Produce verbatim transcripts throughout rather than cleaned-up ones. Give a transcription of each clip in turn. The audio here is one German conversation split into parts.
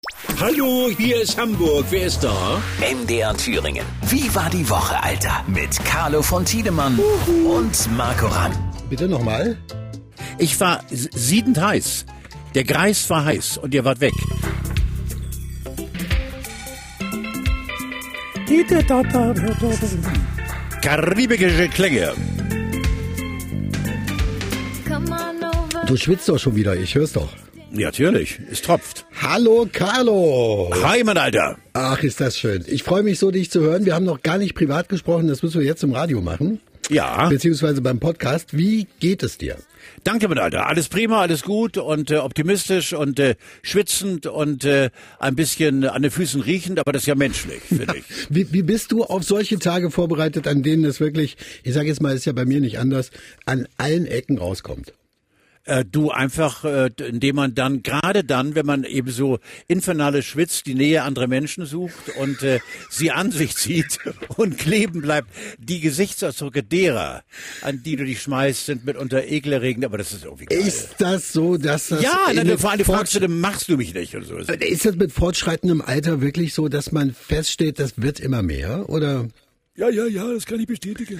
Hallo, hier ist Hamburg. Wer ist da? M D R Thüringen. Wie war die Woche, Alter? Mit Carlo von Tiedemann Uhu. und Marco Ramm. Bitte nochmal? Ich war siedend heiß. Der Greis war heiß und ihr wart weg. Karibische Klänge. Du schwitzt doch schon wieder, ich hör's doch. Ja, natürlich, es tropft. Hallo Carlo. Hi, mein Alter. Ach, ist das schön. Ich freue mich so, dich zu hören. Wir haben noch gar nicht privat gesprochen, das müssen wir jetzt im Radio machen. Ja. Beziehungsweise beim Podcast. Wie geht es dir? Danke, mein Alter. Alles prima, alles gut und äh, optimistisch und äh, schwitzend und äh, ein bisschen an den Füßen riechend, aber das ist ja menschlich, finde ich. Wie, wie bist du auf solche Tage vorbereitet, an denen es wirklich, ich sage jetzt mal, ist ja bei mir nicht anders, an allen Ecken rauskommt? Äh, du einfach, äh, indem man dann, gerade dann, wenn man eben so infernale schwitzt, die Nähe anderer Menschen sucht und äh, sie an sich zieht und kleben bleibt, die Gesichtsausdrücke derer, an die du dich schmeißt, sind mitunter ekelerregend, aber das ist irgendwie geil. Ist das so, dass das... Ja, in na, vor allem Fortsch- fragst du, dann machst du mich nicht oder so. Ist das mit fortschreitendem Alter wirklich so, dass man feststellt, das wird immer mehr, oder... Ja, ja, ja, das kann ich bestätigen.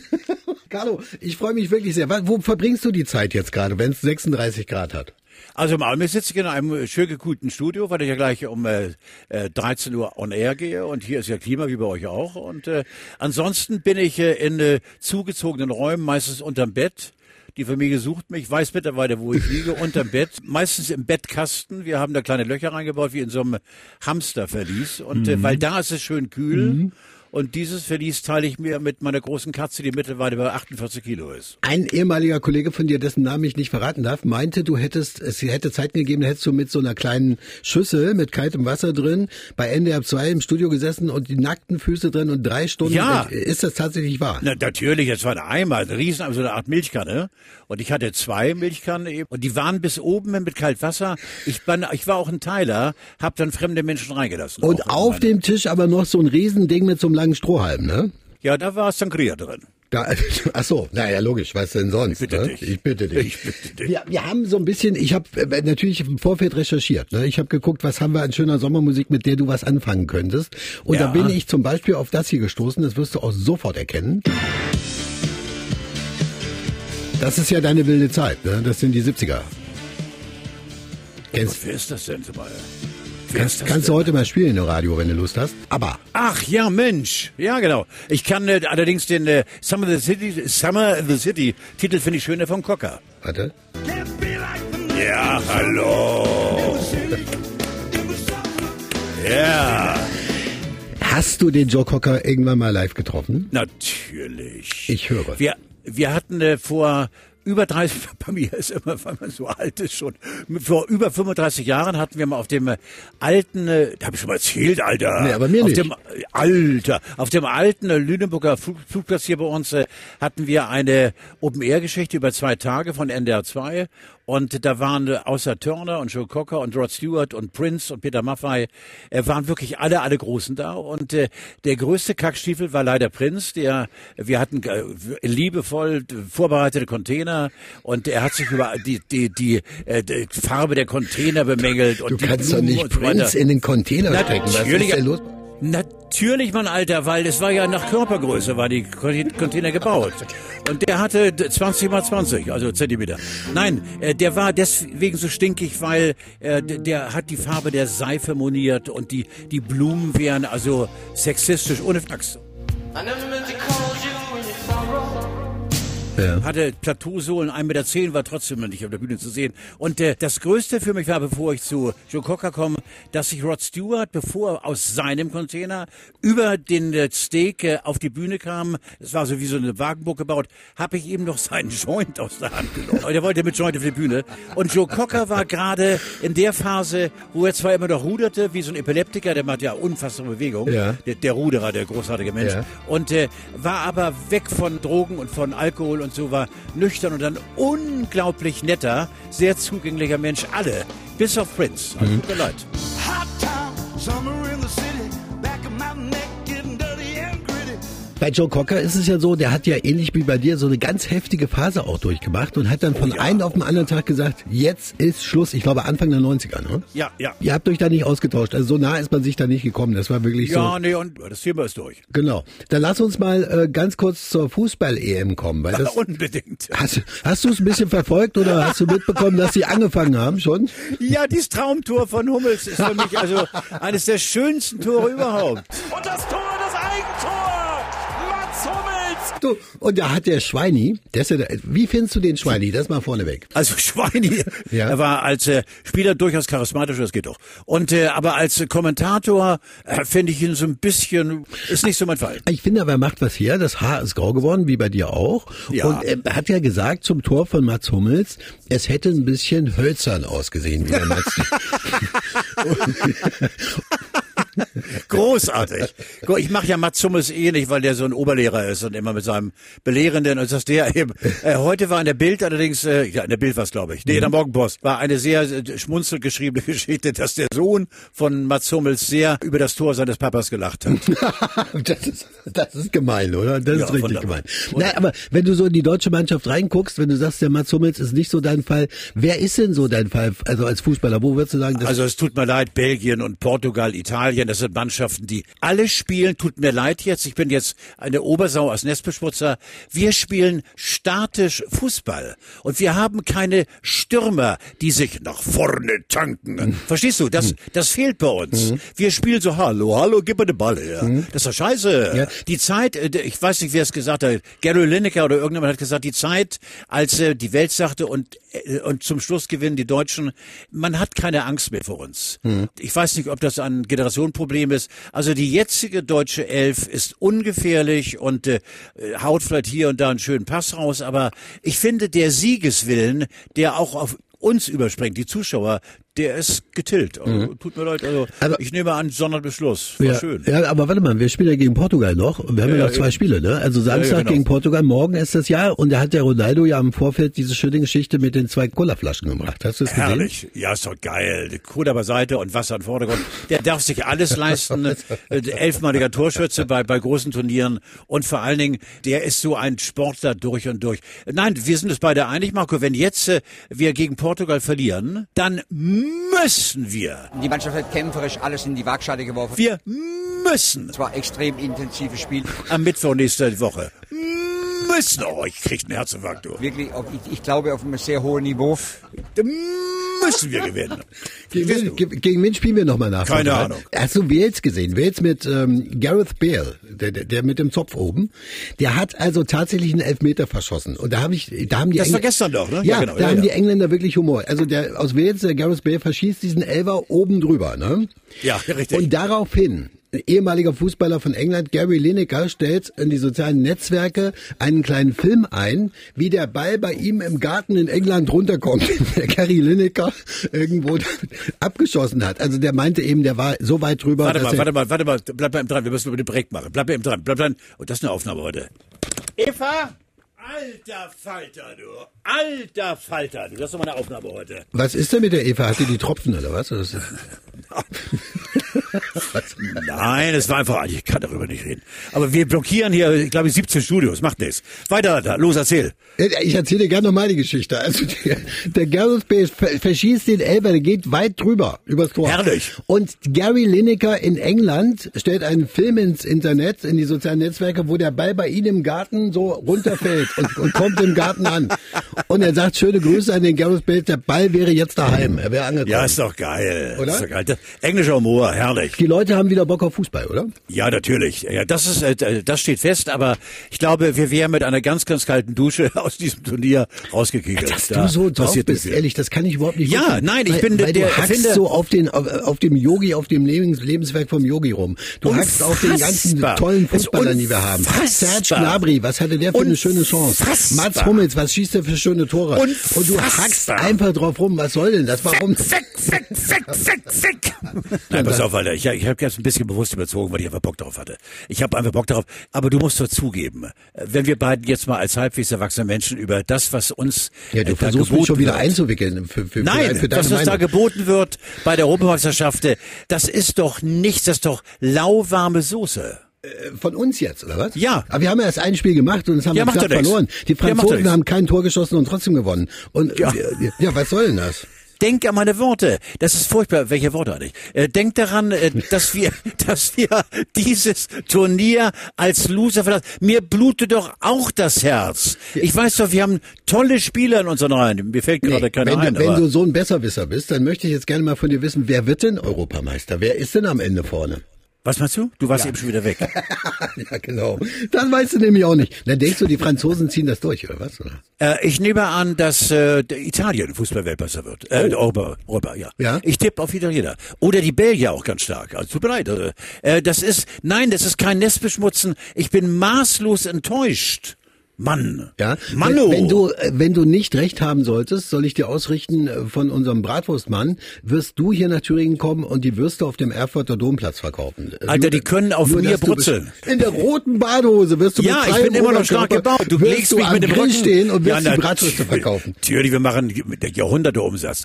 Carlo, ich freue mich wirklich sehr. Wo verbringst du die Zeit jetzt gerade, wenn es sechsunddreißig Grad hat? Also im Augenblick sitze ich in einem schön gekühlten Studio, weil ich ja gleich um äh, dreizehn Uhr on air gehe und hier ist ja Klima wie bei euch auch. Und äh, ansonsten bin ich äh, in äh, zugezogenen Räumen, meistens unterm Bett. Die Familie sucht mich, weiß mittlerweile, wo ich liege, unterm Bett, meistens im Bettkasten. Wir haben da kleine Löcher reingebaut, wie in so einem Hamsterverlies. Und äh, weil da ist es schön kühl. Mhm. Und dieses Verlies teile ich mir mit meiner großen Katze, die mittlerweile bei achtundvierzig Kilo ist. Ein ehemaliger Kollege von dir, dessen Namen ich nicht verraten darf, meinte, du hättest, es hätte Zeit gegeben, hättest du mit so einer kleinen Schüssel mit kaltem Wasser drin bei N D R zwei im Studio gesessen und die nackten Füße drin und drei Stunden. Ja. Ist das tatsächlich wahr? Na, natürlich, das war ein Eimer, ein riesen, so eine Art Milchkanne. Und ich hatte zwei Milchkannen eben. Und die waren bis oben mit kaltem Wasser. Ich, bin, ich war auch ein Teiler, hab dann fremde Menschen reingelassen. Und auf dem Tisch aber noch so ein Riesending mit so einem langen Strohhalm, ne? Ja, da war Sangria drin. Da, ach so, naja, logisch, was denn sonst? Ich bitte ne? dich. Ich bitte dich. Ich bitte dich. Wir, wir haben so ein bisschen, ich habe äh, natürlich im Vorfeld recherchiert. Ne? Ich habe geguckt, was haben wir an schöner Sommermusik, mit der du was anfangen könntest. Und Ja. da bin ich zum Beispiel auf das hier gestoßen, das wirst du auch sofort erkennen. Das ist ja deine wilde Zeit, ne? Das sind die siebziger. Kennst, Und wer ist das denn so mal? Wer kannst ist das kannst denn? du heute mal spielen im Radio, wenn du Lust hast. Aber Ach ja, Mensch. Ja, genau. Ich kann äh, allerdings den äh, Summer the City, Summer the City Titel finde ich schöner von Cocker. warte. Ja, hallo. Ja, Hast du den Joe Cocker irgendwann mal live getroffen? natürlich. Ich höre. Wir, wir hatten äh, vor über dreißig, bei mir ist immer, weil man so alt ist schon, vor über fünfunddreißig Jahren hatten wir mal auf dem äh, alten, äh, hab ich schon mal erzählt, Alter. Nee, aber mir auf nicht. Dem, äh, Alter, auf dem alten äh, Lüneburger Flug, Flugplatz hier bei uns äh, hatten wir eine Open-Air-Geschichte über zwei Tage von N D R zwei. Und da waren äh, außer Turner und Joe Cocker und Rod Stewart und Prince und Peter Maffay, äh, waren wirklich alle, alle Großen da. Und äh, der größte Kackstiefel war leider Prince, der, wir hatten äh, liebevoll vorbereitete Container und er hat sich über die, die, die, äh, die Farbe der Container bemängelt. Und Du die kannst doch Blumen nicht und so weiter. Prince in den Container stecken. Was Natürlich. ist denn los? Natürlich, mein Alter, weil es war ja nach Körpergröße, war die Container gebaut. Und der hatte zwanzig mal zwanzig, also Zentimeter. Nein, äh, der war deswegen so stinkig, weil äh, der, der hat die Farbe der Seife moniert und die, die Blumen wären also sexistisch, ohne Flachs. Ja. Hatte Plateausohlen, ein Meter zehn, war trotzdem noch nicht auf der Bühne zu sehen. Und äh, das Größte für mich war, bevor ich zu Joe Cocker komme, dass sich Rod Stewart, bevor er aus seinem Container über den äh, Steak äh, auf die Bühne kam, es war so wie so eine Wagenburg gebaut, habe ich ihm noch seinen Joint aus der Hand genommen. Der wollte mit Joint auf die Bühne. Und Joe Cocker war gerade in der Phase, wo er zwar immer noch ruderte, wie so ein Epileptiker, der macht ja unfassbare Bewegung, Ja. der, der Ruderer, der großartige Mensch, Ja. und äh, war aber weg von Drogen und von Alkohol und so, war nüchtern und ein unglaublich netter, sehr zugänglicher Mensch. Alle, bis auf Prince. Also tut mir leid. Bei Joe Cocker ist es ja so, der hat ja ähnlich wie bei dir so eine ganz heftige Phase auch durchgemacht und hat dann von oh, ja. einem auf den anderen Tag gesagt, jetzt ist Schluss. Ich glaube Anfang der neunziger, ne? Ja, ja. Ihr habt euch da nicht ausgetauscht. Also so nah ist man sich da nicht gekommen. Das war wirklich ja, so. Ja, nee, und das Thema ist durch. Genau. Dann lass uns mal äh, ganz kurz zur Fußball-E M kommen. Weil das, unbedingt. Hast, hast du es ein bisschen verfolgt oder hast du mitbekommen, dass sie angefangen haben schon? Ja, dieses Traumtor von Hummels ist für mich also eines der schönsten Tore überhaupt. Und das Tor, das Eigentor! Mats Hummels! Du, und da hat der Schweini, der ist ja, wie findest du den Schweini? Das mal vorneweg. Also Schweini, ja. Er war als äh, Spieler durchaus charismatisch, das geht doch. Und äh, aber als Kommentator äh, finde ich ihn so ein bisschen, ist nicht so mein Fall. Ich finde aber, er macht was her, das Haar ist grau geworden, wie bei dir auch. Ja. Und er hat ja gesagt zum Tor von Mats Hummels, es hätte ein bisschen hölzern ausgesehen, wie der Mats. Großartig. Ich mache ja Mats Hummels eh nicht, weil der so ein Oberlehrer ist und immer mit seinem Belehrenden und das der eben. Äh, heute war in der Bild allerdings, äh, ja in der Bild war es glaube ich, nee in der Morgenpost, war eine sehr äh, schmunzelnd geschriebene Geschichte, dass der Sohn von Mats Hummels sehr über das Tor seines Papas gelacht hat. das, ist, das ist gemein, oder? Das ja, ist richtig wunderbar. gemein. Nein, aber wenn du so in die deutsche Mannschaft reinguckst, wenn du sagst, der Mats Hummels ist nicht so dein Fall, wer ist denn so dein Fall, also als Fußballer, wo würdest du sagen? Also es tut mir leid, Belgien und Portugal, Italien, das sind Mannschaften, die alle spielen, tut mir leid jetzt, ich bin jetzt eine Obersau als Nestbeschmutzer, wir spielen statisch Fußball und wir haben keine Stürmer, die sich nach vorne tanken. Mhm. Verstehst du, das, das fehlt bei uns. Mhm. Wir spielen so, hallo, hallo, gib mir den Ball her. Mhm. Das ist doch scheiße. Ja. Die Zeit, ich weiß nicht, wer es gesagt hat, Gary Lineker oder irgendjemand hat gesagt, die Zeit, als die Welt sagte und, und zum Schluss gewinnen die Deutschen, man hat keine Angst mehr vor uns. Mhm. Ich weiß nicht, ob das ein Generationenproblem ist. Also die jetzige deutsche Elf ist ungefährlich und äh, haut vielleicht hier und da einen schönen Pass raus, aber ich finde, der Siegeswillen, der auch auf uns überspringt, die Zuschauer, der ist getilgt. Also, mhm. Tut mir leid, also aber, ich nehme an, Sonderbeschluss. War ja, schön. Ja, aber warte mal, wir spielen ja gegen Portugal noch. Wir haben ja, ja noch zwei eben. Spiele, ne? Also Samstag ja, ja, genau. gegen Portugal, morgen ist das Jahr und da hat der Ronaldo ja im Vorfeld diese schöne Geschichte mit den zwei Colaflaschen gemacht. Hast du es gesehen? Herrlich. Ja, ist doch geil. Cola beiseite und Wasser im Vordergrund. Der darf sich alles leisten. Elfmaliger Torschütze bei, bei großen Turnieren und vor allen Dingen, der ist so ein Sportler durch und durch. Nein, wir sind uns beide einig, Marco, wenn jetzt äh, wir gegen Portugal verlieren, dann müssen wir. Die Mannschaft hat kämpferisch alles in die Waagschale geworfen. Wir müssen. Es war extrem intensives Spiel. Am Mittwoch nächste Woche. Müssen. Oh, ich krieg einen Herzinfarkt. Du. Wirklich, auf, ich, ich glaube, auf einem sehr hohen Niveau. Da müssen wir gewinnen. Gegen, wen, gegen wen spielen wir nochmal nach? Keine Ahnung. Hast du Wales gesehen? Wales mit ähm, Gareth Bale, der, der, der mit dem Zopf oben. Der hat also tatsächlich einen Elfmeter verschossen. Und da habe ich, da haben die Das Engl- war gestern doch, ne? Ja, ja genau, da ja, haben ja. die Engländer wirklich Humor. Also der aus Wales, der Gareth Bale, verschießt diesen Elfer oben drüber, ne? Ja, richtig. Und daraufhin ein ehemaliger Fußballer von England, Gary Lineker, stellt in die sozialen Netzwerke einen kleinen Film ein, wie der Ball bei ihm im Garten in England runterkommt, der Gary Lineker irgendwo abgeschossen hat. Also der meinte eben, der war so weit drüber. Warte mal, warte mal, warte mal, bleib bei ihm dran, wir müssen über den Break machen. Bleib bei ihm dran, bleib dran. Und das ist eine Aufnahme heute. Eva? Alter Falter, du. Alter Falter, du. Das ist doch mal eine Aufnahme heute. Was ist denn mit der Eva? Hat die die Tropfen oder was? Oder was? Nein, es war einfach, ich kann darüber nicht reden. Aber wir blockieren hier, ich glaube, siebzehn Studios, macht nichts. Weiter, weiter, los, erzähl. Ich erzähle dir gerne nochmal die Geschichte. Also der, der Gareth Bale verschießt den Elfer, der geht weit drüber, übers Tor. Herrlich. Und Gary Lineker in England stellt einen Film ins Internet, in die sozialen Netzwerke, wo der Ball bei ihm im Garten so runterfällt und, und kommt im Garten an. Und er sagt, schöne Grüße an den Gareth Bale, der Ball wäre jetzt daheim, er wäre angekommen. Ja, ist doch geil. Oder? Ist doch geil. Englischer Humor, herrlich. Die Leute haben wieder Bock auf Fußball, oder? Ja, natürlich. Ja, das ist, äh, das steht fest, aber ich glaube, wir wären mit einer ganz, ganz kalten Dusche aus diesem Turnier rausgekegelt. Dass da du so drauf bist, ehrlich, das kann ich überhaupt nicht Ja, wissen. nein, ich weil, bin weil der, du hackst finde, so auf den, auf, auf dem Yogi, auf dem Lebens, Lebenswerk vom Yogi rum. Du hackst auf den ganzen tollen Fußballern, die wir haben. Serge Gnabry, was hatte der für eine schöne Chance? Mats Hummels, was schießt der für schöne Tore? Unfassbar. Und du hackst einfach drauf rum. Was soll denn das? Warum? Fick, fick, fick, fick, fick. Nein, pass auf, Alter. Ich, ich habe jetzt ein bisschen bewusst überzogen, weil ich einfach Bock drauf hatte. Ich habe einfach Bock drauf. Aber du musst doch zugeben, wenn wir beiden jetzt mal als halbwegs erwachsene Menschen über das, was uns ja, du äh, versuchst mich schon wieder wird, einzuwickeln. Für, für, Nein, für deine was uns Meinung. da geboten wird bei der Europameisterschaft, das ist doch nichts, das ist doch lauwarme Soße. Von uns jetzt, oder was? Ja. Aber wir haben ja erst ein Spiel gemacht und es haben Ja, wir macht knapp doch nix. verloren. Die Ja, macht doch Franzosen nix. haben kein Tor geschossen und trotzdem gewonnen. Und Ja. ja, ja was soll denn das? Denk an meine Worte. Das ist furchtbar. Welche Worte hatte ich? Äh, denk daran, äh, dass wir, dass wir dieses Turnier als Loser verlassen. Mir blutet doch auch das Herz. Ich weiß doch, wir haben tolle Spieler in unseren Reihen. Mir fällt gerade Nee, keiner wenn, ein. du, wenn aber du so ein Besserwisser bist, dann möchte ich jetzt gerne mal von dir wissen, wer wird denn Europameister? Wer ist denn am Ende vorne? was meinst du? Du warst eben schon wieder weg. Ja, genau. Das weißt du nämlich auch nicht. Dann denkst du, die Franzosen ziehen das durch, oder was? Oder? Äh, ich nehme an, dass äh, der Italien Fußballweltmeister wird. Äh, Europa, Europa, ja. Ja? Ich tippe auf Italiener. Oder die Belgier auch ganz stark. Also tut mir leid. Also, äh, das ist, nein, das ist kein Nestbeschmutzen. Ich bin maßlos enttäuscht. Mann. Ja, Manno. wenn, wenn du äh, wenn du nicht recht haben solltest, soll ich dir ausrichten äh, von unserem Bratwurstmann, wirst du hier nach Thüringen kommen und die Würste auf dem Erfurter Domplatz verkaufen. Äh, Alter, die können auf nur, mir dass du brutzeln. In der roten Badehose wirst du Ja, mit ich freiem bin immer noch stark Oberkörper, gebaut. Du wirst legst du mich am mit dem Grill Rücken. stehen und wirst Ja, die Bratwürste verkaufen. Natürlich, wir machen Jahrhunderte Umsatz.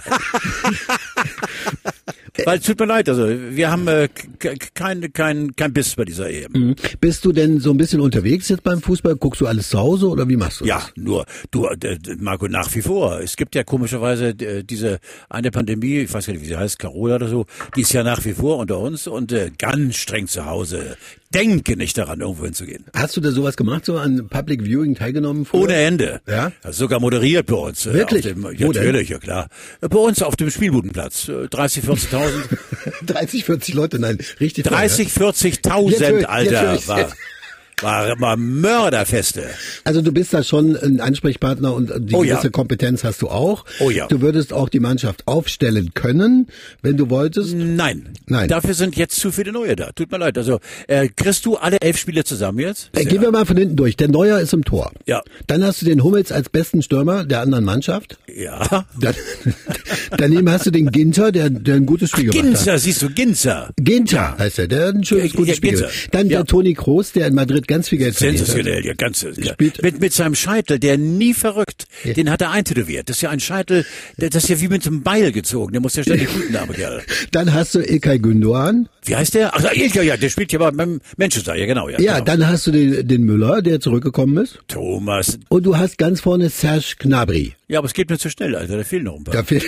Weil, tut mir leid, also wir haben äh, kein, kein, kein Biss bei dieser E M. Mhm. Bist du denn so ein bisschen unterwegs jetzt beim Fußball? Guckst du alles zu Hause oder wie machst du Ja, das? nur, du, äh, Marco, nach wie vor. Es gibt ja komischerweise äh, diese eine Pandemie, ich weiß gar nicht, wie sie heißt, Carola oder so, die ist ja nach wie vor unter uns und äh, ganz streng zu Hause. Denke nicht daran, irgendwo hinzugehen. Hast du da sowas gemacht, so an Public Viewing teilgenommen? Früher? Ohne Ende. Ja? Also sogar moderiert bei uns. äh, Wirklich? Auf dem, Wo denn? natürlich, ja klar. Äh, Bei uns auf dem Spielbudenplatz. äh, dreißig, vierzigtausend. dreißig, vierzig Leute, nein, richtig. voll, dreißig, Jetzt vierzigtausend, höre ich- Alter. jetzt höre ich's. War, war, war Mörderfeste. Also du bist da schon ein Ansprechpartner und die Oh ja. gewisse Kompetenz hast du auch. Oh ja. Du würdest auch die Mannschaft aufstellen können, wenn du wolltest. Nein. Nein. Dafür sind jetzt zu viele Neue da. Tut mir leid. Also, äh, kriegst du alle elf Spiele zusammen jetzt? Äh, Gehen wir mal von hinten durch. Der Neuer ist im Tor. Ja. Dann hast du den Hummels als besten Stürmer der anderen Mannschaft. Ja. Dann, daneben hast du den Ginter, der, der ein gutes Spiel gemacht hat. Ginzer, siehst du, Ginzer. Ginter heißt er, der ein schönes, Ja, gutes ja, Spiel Ginter. gemacht. Dann Ja. der Toni Kroos, der in Madrid ganz viel Geld verdient hat. Sensationell, ja, ganz, ja. Spielt- Mit, mit seinem Scheitel, der nie verrückt, den hat er eintätowiert. Das ist ja ein Scheitel, der, das ist ja wie mit einem Beil gezogen. Der muss ja ständig guten Name, Kerl. Dann hast du İlkay Gündoğan. Wie heißt der? Ach, ja, ja, der spielt ja beim Manchester, ja, genau, ja. Ja, genau. dann hast du den, den Müller, der zurückgekommen ist. Thomas. Und du hast ganz vorne Serge Gnabry. Ja, aber es geht mir zu schnell, Alter, da fehlen noch ein paar. Da fehlt.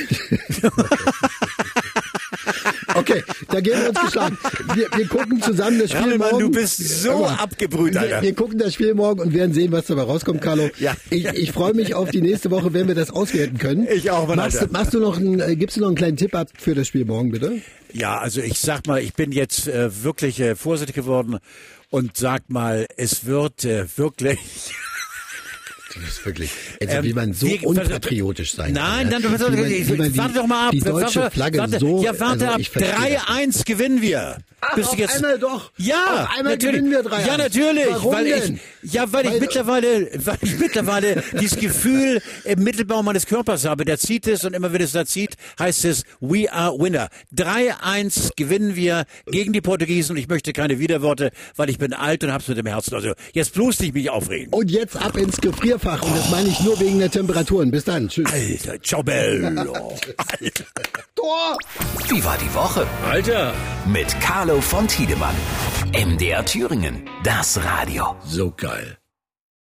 Okay, da gehen wir uns geschlagen. Wir, wir gucken zusammen das Spiel Hermann, morgen. du bist so Aber abgebrüht, wir, Alter. wir gucken das Spiel morgen und werden sehen, was dabei rauskommt, Carlo. Ja. Ich, ich freue mich auf die nächste Woche, wenn wir das auswerten können. Ich auch, Mann, machst, Alter. machst du noch einen, äh, gibst du noch einen kleinen Tipp ab für das Spiel morgen, bitte? Ja, also ich sag mal, ich bin jetzt äh, wirklich äh, vorsichtig geworden und sag mal, es wird äh, wirklich... Das ist wirklich, also Ähm, wie man so wir- unpatriotisch sein Nein, kann. dann, ja? dann, Wie man- wie man die- warte doch mal ab. Die deutsche warte, Flagge warte, so. Ja, warte also ab. ich verstehe drei das. eins gewinnen wir. Ach, Bist du auf jetzt, einmal doch. Ja, Auf einmal natürlich. gewinnen wir drei eins. Ja, natürlich. Warum weil denn? Ich, ja, weil, Weil- ich mittlerweile, weil ich mittlerweile dieses Gefühl im Mittelbau meines Körpers habe. Der zieht es und immer wenn es da zieht, heißt es, we are winner. drei eins gewinnen wir gegen die Portugiesen und ich möchte keine Widerworte, weil ich bin alt und hab's mit dem Herzen. Also, jetzt bloß nicht mich aufregen. Und jetzt ab ins Gefrierfach. Und das meine ich nur wegen der Temperaturen. Bis dann. Tschüss. Alter, ciao bello. Alter. Tor! Wie war die Woche? Alter. Mit Carlo von Tiedemann. M D R Thüringen, das Radio. So geil.